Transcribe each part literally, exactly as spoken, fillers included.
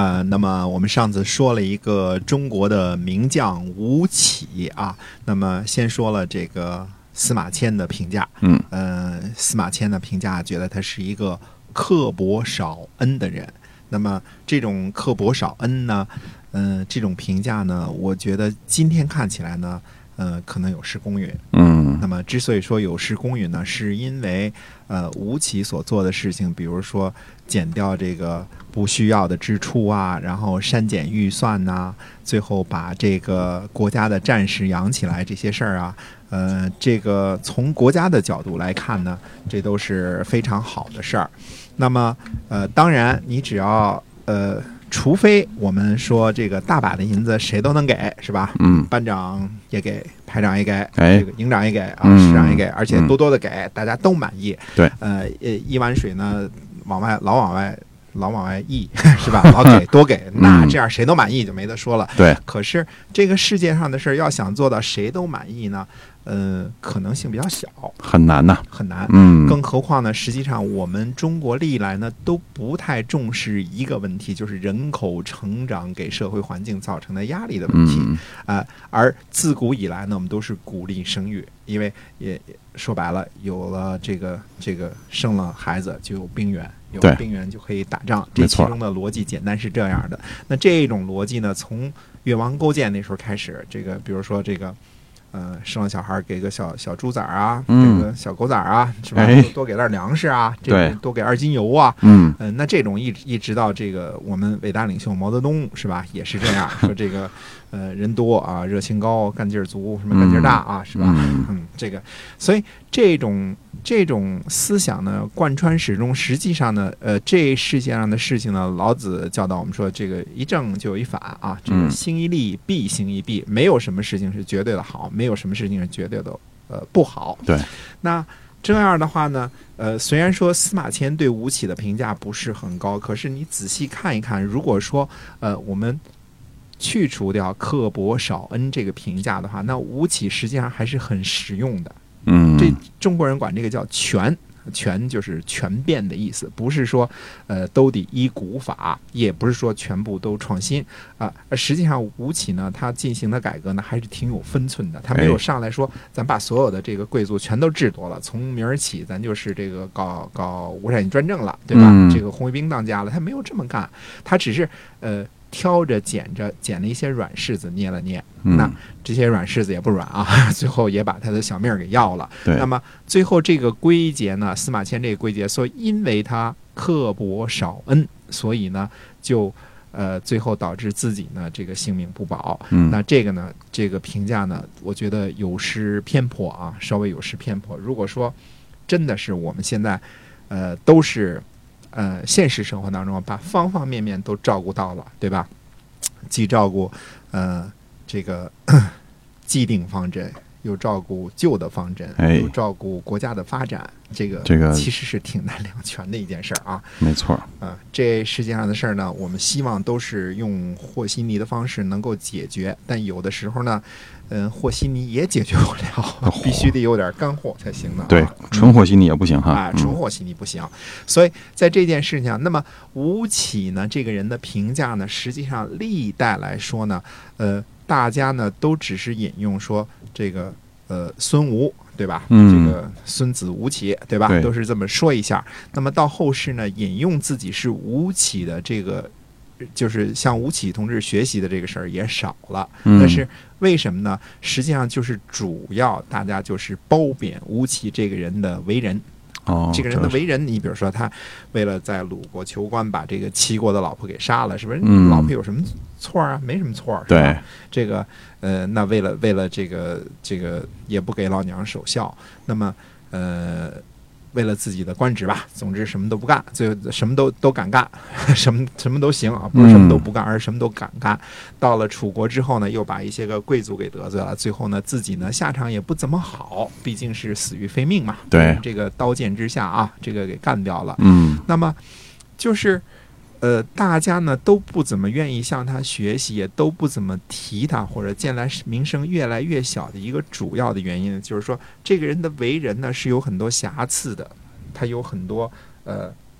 呃，那么我们上次说了一个中国的名将吴起啊，那么先说了这个司马迁的评价， 嗯， 呃，司马迁的评价觉得他是一个刻薄少恩的人。那么这种刻薄少恩呢，呃，这种评价呢，我觉得今天看起来呢，呃，可能有失公允。 嗯， 那么之所以说有失公允呢，是因为呃吴起所做的事情，比如说减掉这个不需要的支出啊，然后删减预算呐、啊，最后把这个国家的战士养起来这些事儿啊，呃，这个从国家的角度来看呢，这都是非常好的事儿。那么呃，当然你只要呃。除非我们说这个大把的银子谁都能给，是吧？ 嗯， 班长也给，排长也给， 哎， 这个营长也给啊， 嗯、 师长也给，而且多多的给，嗯、大家都满意。 对， 呃，一碗水呢，往外老往外老往外溢，是吧？老给多给，那这样谁都满意就没得说了。 对。 可是这个世界上的事儿，要想做到谁都满意呢？呃，可能性比较小， 很难呐、啊， 很难。 嗯， 更何况呢，实际上我们中国历来呢都不太重视一个问题，就是人口成长给社会环境造成的压力的问题啊、嗯呃。而自古以来呢，我们都是鼓励生育，因为也说白了，有了这个这个生了孩子就有兵源，有了兵源就可以打仗。这其中的逻辑简单是这样的。那这种逻辑呢，从越王勾践那时候开始，这个比如说这个。呃，生了小孩给个小小猪崽啊， 嗯、 给个小狗崽啊，是吧？ 哎、 多给点粮食啊，这个多给二斤油啊。 嗯， 呃，那这种一一直到这个我们伟大领袖毛泽东是吧，也是这样说这个呃人多啊，热情高，干劲儿足，什么干劲儿大啊， 嗯、 是吧？嗯, 嗯，这个，所以这种这种思想呢贯穿始终。实际上呢，呃，这世界上的事情呢，老子教导我们说，这个一正就有一反啊，这个行一利必行一弊，没有什么事情是绝对的好。没有什么事情是绝对的呃不好。 对， 那这样的话呢，呃，虽然说司马迁对吴起的评价不是很高，可是你仔细看一看，如果说呃我们去除掉刻薄少恩这个评价的话，那吴起实际上还是很实用的。 嗯， 这中国人管这个叫全。全就是全变的意思，不是说呃都得依古法，也不是说全部都创新啊、呃。实际上吴起呢，他进行的改革呢还是挺有分寸的，他没有上来说咱把所有的这个贵族全都治夺了，从明儿起咱就是这个搞搞无产专政了，对吧？ 嗯、 这个红卫兵当家了，他没有这么干，他只是呃。挑着捡着捡了一些软柿子捏了捏， 嗯、 那这些软柿子也不软啊，最后也把他的小命给要了。那么最后这个归结呢，司马迁这个归结说，因为他刻薄少恩，所以呢就呃最后导致自己呢这个性命不保。 嗯、 那这个呢这个评价呢，我觉得有失偏颇啊，稍微有失偏颇。如果说真的是我们现在呃都是。呃，现实生活当中把方方面面都照顾到了，对吧？既照顾呃这个既定方针，又照顾旧的方针， 哎、 又照顾国家的发展，这个这个其实是挺难两全的一件事啊。 没错啊、 呃，这世界上的事儿呢，我们希望都是用和稀泥的方式能够解决，但有的时候呢。嗯，和稀泥也解决不了，必须得有点干货才行的、啊。 对，纯和稀泥也不行哈。 啊，纯和稀泥不行。嗯、所以在这件事情上，那么吴起呢，这个人的评价呢，实际上历代来说呢，呃，大家呢都只是引用说这个呃孙吴，对吧？ 嗯、 这个孙子吴起，对吧？ 对， 都是这么说一下。那么到后世呢，引用自己是吴起的这个。就是向吴起同志学习的这个事儿也少了， 嗯、 但是为什么呢？实际上就是主要大家就是褒贬吴起这个人的为人。 哦， 这个人的为人，你比如说他为了在鲁国求官，把这个齐国的老婆给杀了，是不是？ 嗯、 老婆有什么错啊？没什么错，是吧？对，这个呃，那为了为了这个这个也不给老娘守孝，那么呃。为了自己的官职吧，总之什么都不干，最后什么都都敢干，什么什么都行啊，不是什么都不干，而是什么都敢干。到了楚国之后呢，又把一些个贵族给得罪了，最后呢，自己呢下场也不怎么好，毕竟是死于非命嘛。 对， 这个刀剑之下啊，这个给干掉了。 嗯， 那么就是。呃，大家呢都不怎么愿意向他学习，也都不怎么提他，或者见来名声越来越小的一个主要的原因，就是说这个人的为人呢是有很多瑕疵的，他有很多呃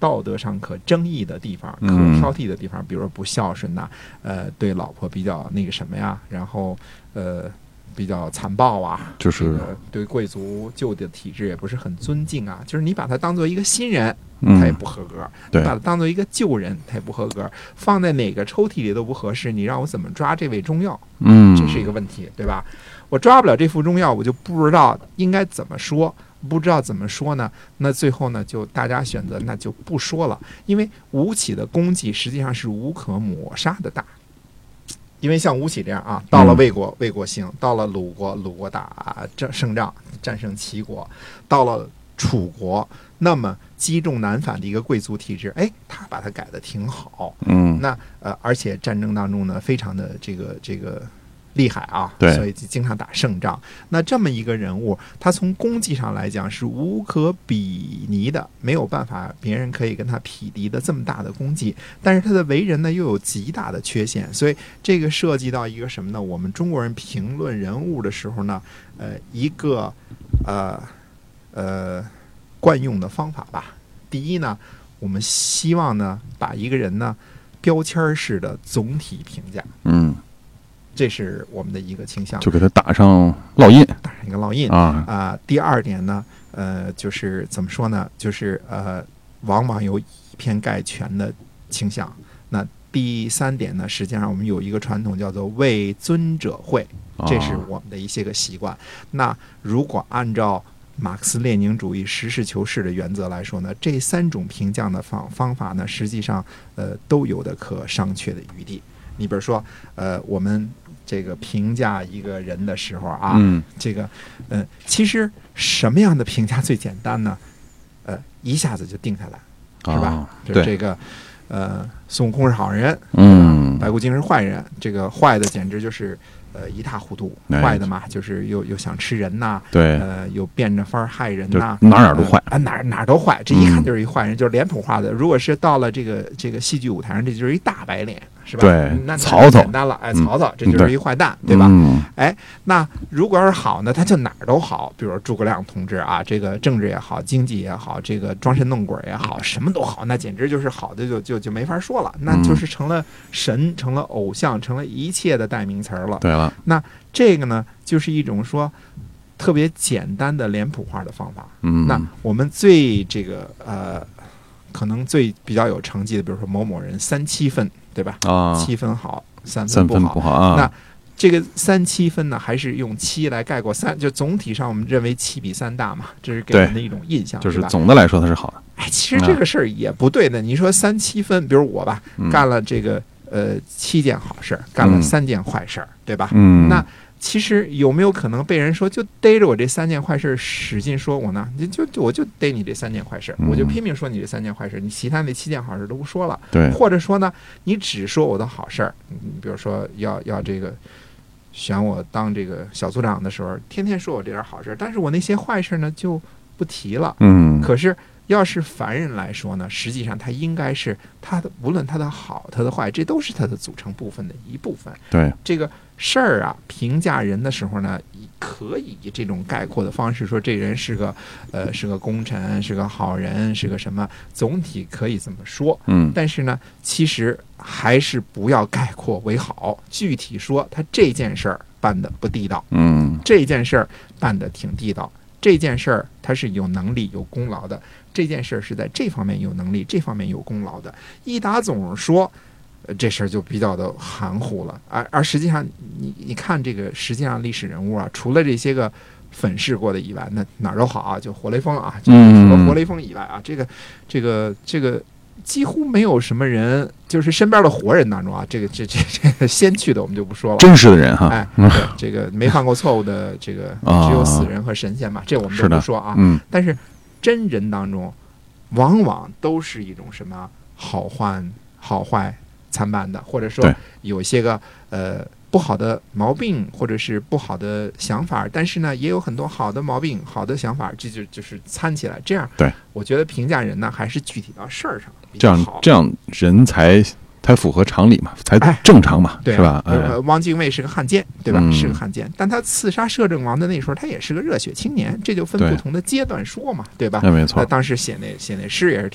道德上可争议的地方、可挑剔的地方，比如说不孝顺呐、呃，对老婆比较那个什么呀，然后呃比较残暴啊， 就是、 这个、对贵族旧的体制也不是很尊敬啊，就是你把他当做一个新人。他也不合格， 嗯、 你把它当做一个旧人，他也不合格，放在哪个抽屉里都不合适。你让我怎么抓这味中药？ 嗯， 这是一个问题，对吧？我抓不了这副中药，我就不知道应该怎么说，不知道怎么说呢？那最后呢，就大家选择那就不说了，因为吴起的功绩实际上是无可抹杀的大。因为像吴起这样啊，到了魏国，魏国兴；到了鲁国，鲁国打胜胜仗，战胜齐国；到了楚国，那么积重难返的一个贵族体制，哎，他把它改得挺好， 嗯， 那呃，而且战争当中呢，非常的这个这个厉害啊， 对， 所以经常打胜仗。那这么一个人物，他从功绩上来讲是无可比拟的，没有办法别人可以跟他匹敌的这么大的功绩，但是他的为人呢又有极大的缺陷，所以这个涉及到一个什么呢？我们中国人评论人物的时候呢，呃，一个呃。呃，惯用的方法吧。第一呢，我们希望呢，把一个人呢标签式的总体评价， 嗯， 这是我们的一个倾向， 就给他打上烙印， 打上一个烙印啊啊、呃。第二点呢，呃，就是怎么说呢？就是呃，往往有以偏概全的倾向。那第三点呢，实际上我们有一个传统叫做为尊者讳，这是我们的一些个习惯。那如果按照马克思列宁主义实事求是的原则来说呢，这三种评价的方方法呢，实际上呃都有的可商榷的余地。你比如说，呃，我们这个评价一个人的时候啊， 嗯， 这个呃，其实什么样的评价最简单呢？呃，一下子就定下来，是吧？ 哦、 就对这个呃，孙悟空是好人， 嗯， 白骨精是坏人，这个坏的简直就是呃一塌糊涂， 哎、 坏的嘛，就是又又想吃人呐， 对， 呃，又变着法儿害人呐， 哪哪都坏啊、呃，哪哪都坏，这一看就是一坏人，嗯、就是脸谱化的。如果是到了这个这个戏剧舞台上，这就是一大白脸，是吧？ 对， 那曹操简单了，哎，曹操这就是一坏蛋， 嗯、 对吧？ 嗯、 哎，那如果要是好呢，他就哪儿都好，比如说诸葛亮同志啊，这个政治也好，经济也好，这个装神弄鬼也好，什么都好，那简直就是好的就就就没法说了，那就是成了神，成了偶像，成了一切的代名词了。 对了， 那这个呢，就是一种说特别简单的脸谱化的方法。 嗯， 那我们最这个呃，可能最比较有成绩的，比如说某某人三七分，对吧？ 啊， 七分好，三分不好。 不好啊。 那这个三七分呢，还是用七来概括三，就总体上我们认为七比三大嘛，这是给人的一种印象， 就是总的来说它是好的。 哎，其实这个事儿也不对的。你说三七分，比如我吧， 嗯、 干了这个呃七件好事，干了三件坏事，嗯、对吧？ 嗯， 那其实有没有可能被人说就逮着我这三件坏事使劲说我呢？你就就我就逮你这三件坏事， 嗯、 我就拼命说你这三件坏事，你其他那七件好事都不说了。 对， 或者说呢，你只说我的好事儿，嗯，比如说要要这个。选我当这个小组长的时候，天天说我这点好事，但是我那些坏事呢就不提了。 嗯， 可是要是凡人来说呢，实际上他应该是他的，无论他的好，他的坏，这都是他的组成部分的一部分。 对这个事儿啊，评价人的时候呢，可以以这种概括的方式说，这人是个呃是个功臣，是个好人，是个什么，总体可以这么说。 嗯， 但是呢，其实还是不要概括为好，具体说他这件事儿办得不地道， 嗯， 这件事儿办得挺地道，这件事儿他是有能力有功劳的，这件事儿是在这方面有能力，这方面有功劳的，一打总说。呃，这事儿就比较的含糊了，而而实际上，你你看这个，实际上历史人物啊，除了这些个粉饰过的以外，那哪儿都好啊，就活雷锋啊，就除了活雷锋以外啊，这个这个这个几乎没有什么人，就是身边的活人当中啊，这个这这这个先去的我们就不说了， 真实的人哈， 哎，对，这个没犯过错误的这个只有死人和神仙嘛，这我们都不说啊， 嗯， 但是真人当中，往往都是一种什么好坏好坏参半的，或者说有些个呃不好的毛病，或者是不好的想法，但是呢，也有很多好的毛病、好的想法，这就就是掺起来。这样， 对， 我觉得评价人呢，还是具体到事儿上比较好，这样这样人才才符合常理嘛，才正常嘛， 哎、 是吧？ 呃，汪精卫是个汉奸，对吧？ 嗯、 是个汉奸，但他刺杀摄政王的那时候，他也是个热血青年，这就分不同的阶段说嘛，对吧？ 那没错。 当时写那写那诗也是挺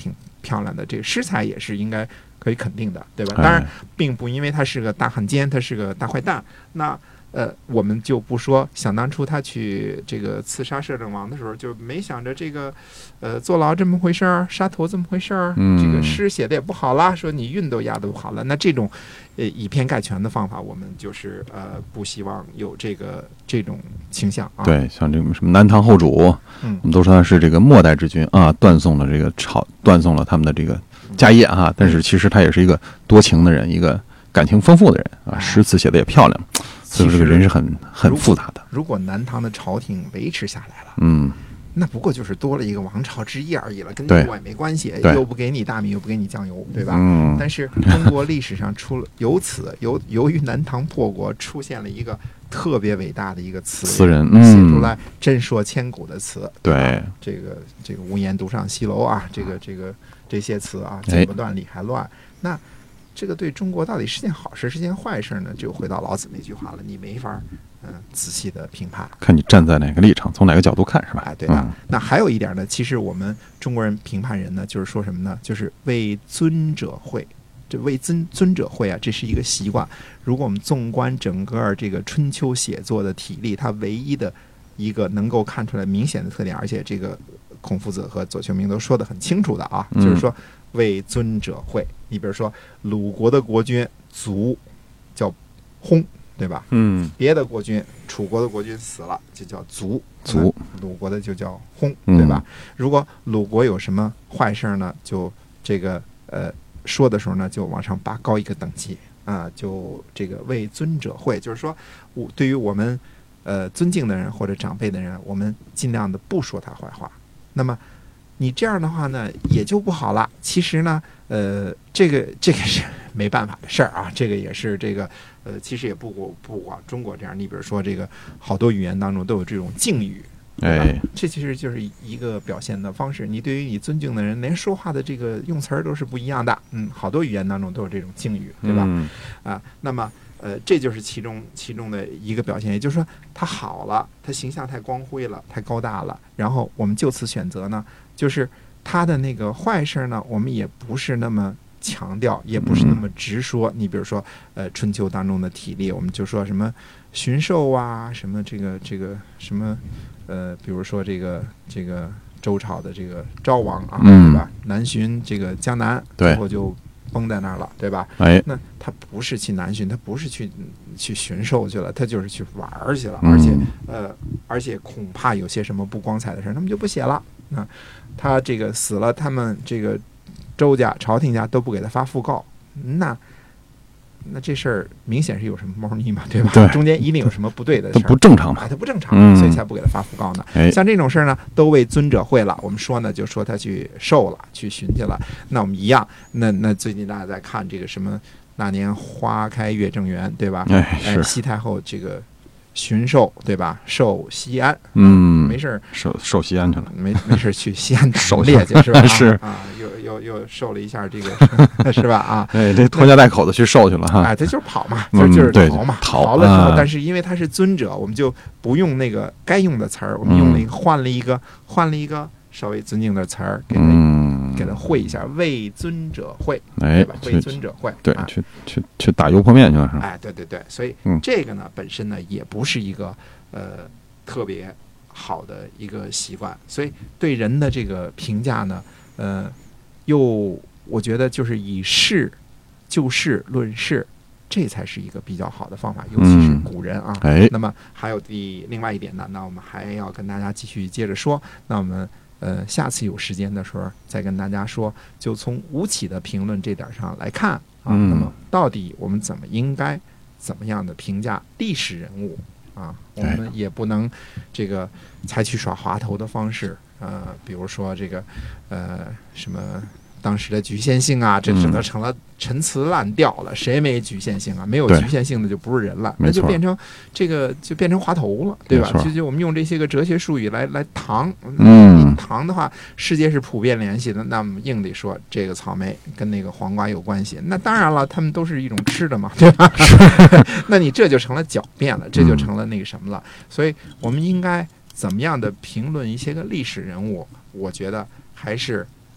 漂亮的，这个诗才也是应该可以肯定的，对吧？当然，并不因为他是个大汉奸，他是个大坏蛋，那。呃，我们就不说，想当初他去这个刺杀摄政王的时候，就没想着这个，呃，坐牢这么回事儿，杀头这么回事儿， 嗯、 这个诗写的也不好啦，说你韵都押的不好了，那这种，呃，以偏概全的方法，我们就是呃，不希望有这个这种倾向啊。 对，像这个什么南唐后主， 嗯， 我们都说他是这个末代之君啊，断送了这个朝，断送了他们的这个家业啊，但是其实他也是一个多情的人，一个感情丰富的人啊，诗词写的也漂亮。所以这个人是很很复杂的。 如果南唐的朝廷维持下来了， 嗯， 那不过就是多了一个王朝之一而已了，跟你我也没关系，又不给你大米，又不给你酱油，对吧？ 嗯。 但是中国历史上出了由此由由于南唐破国出现了一个特别伟大的一个词词人，嗯、 写出来震烁千古的词。 对， 这个这个无言独上西楼啊，这个这个这些词啊，剪不断理还乱。哎、那。这个对中国到底是件好事是件坏事呢？就回到老子那句话了，你没法嗯、呃、仔细的评判， 看你站在哪个立场，从哪个角度看，是吧？ 哎，对的。 嗯、 那还有一点呢，其实我们中国人评判人呢，就是说什么呢？就是为尊者讳，这为尊尊者讳啊，这是一个习惯。如果我们纵观整个这个春秋写作的体例，它唯一的一个能够看出来明显的特点，而且这个孔夫子和左丘明都说得很清楚的啊， 嗯、 就是说。为尊者讳，你比如说鲁国的国君卒叫薨，对吧？ 嗯， 别的国君，楚国的国君死了就叫卒， 卒， 鲁国的就叫薨，对吧？ 嗯、 如果鲁国有什么坏事呢，就这个呃说的时候呢，就往上拔高一个等级啊，就这个为尊者讳，就是说，我对于我们呃尊敬的人或者长辈的人，我们尽量的不说他坏话。那么。你这样的话呢，也就不好了。其实呢，呃，这个这个是没办法的事儿啊。这个也是这个，呃，其实也不不光中国这样。你比如说，这个好多语言当中都有这种敬语， 哎， 这其实就是一个表现的方式。你对于你尊敬的人，连说话的这个用词儿都是不一样的。嗯，好多语言当中都有这种敬语，对吧？ 嗯、 啊，那么。呃，这就是其中其中的一个表现，也就是说，他好了，他形象太光辉了，太高大了。然后我们就此选择呢，就是他的那个坏事呢，我们也不是那么强调，也不是那么直说。你比如说，呃，春秋当中的体例，我们就说什么巡狩啊，什么这个这个什么，呃，比如说这个这个周朝的这个昭王啊，对吧？南巡这个江南，最后就。崩在那儿了，对吧？ 哎， 那他不是去南巡，他不是去去巡狩去了，他就是去玩去了，而且、嗯、呃，而且恐怕有些什么不光彩的事，他们就不写了。那他这个死了，他们这个周家朝廷家都不给他发讣告，那那这事儿明显是有什么猫腻嘛，对吧？ 对， 中间一定有什么不对的事儿， 不正常嘛， 哎，他不正常， 嗯、 所以才不给他发讣告呢。 哎、 像这种事儿呢，都为尊者讳了。我们说呢，就说他去狩了，去巡去了。那我们一样，那那最近大家在看这个什么那年花开月正圆，对吧？ 哎，是西太后这个巡狩，对吧？狩西安， 嗯， 没事狩狩西安去了， 没没事去西安狩猎去是吧？ 是啊，又又又狩了一下这个是吧？啊， 哎，这拖家带口的去狩去了哈。 哎，他就是跑嘛，就就是逃嘛， 逃逃了之后，但是因为他是尊者，我们就不用那个该用的词儿，我们用了一个换了一个换了一个稍微尊敬的词儿，给他给他会一下，为尊者会， 哎， 为尊者会， 对，去去去打油泼面去了，是吧？ 哎，对对对，所以这个呢本身呢也不是一个呃特别好的一个习惯，所以对人的这个评价呢，呃，又我觉得就是以事就事论事，这才是一个比较好的方法，尤其是古人啊。 嗯、哎， 那么还有第另外一点呢，那我们还要跟大家继续接着说，那我们。呃，下次有时间的时候再跟大家说，就从吴起的评论这点上来看啊， 嗯、 那么到底我们怎么应该怎么样的评价历史人物啊？我们也不能这个采取耍滑头的方式，呃，比如说这个呃什么当时的局限性啊，这只能成了陈词滥调了。嗯、谁没局限性啊？没有局限性的就不是人了，那就变成这个就变成滑头了，对吧？就就我们用这些个哲学术语来来搪， 嗯， 搪的话，世界是普遍联系的，那么硬得说这个草莓跟那个黄瓜有关系，那当然了，它们都是一种吃的嘛，对吧？那你这就成了狡辩了，这就成了那个什么了。所以我们应该怎么样的评论一些个历史人物？我觉得还是。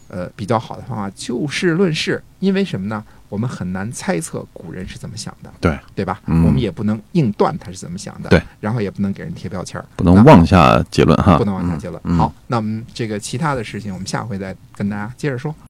呃比较好的方法，就事论事。因为什么呢？我们很难猜测古人是怎么想的， 对对吧？ 嗯、 我们也不能硬断他是怎么想的， 对， 然后也不能给人贴标签， 不能妄下结论哈， 不能妄下结论。 嗯、 好，那我们这个其他的事情，我们下回再跟大家接着说。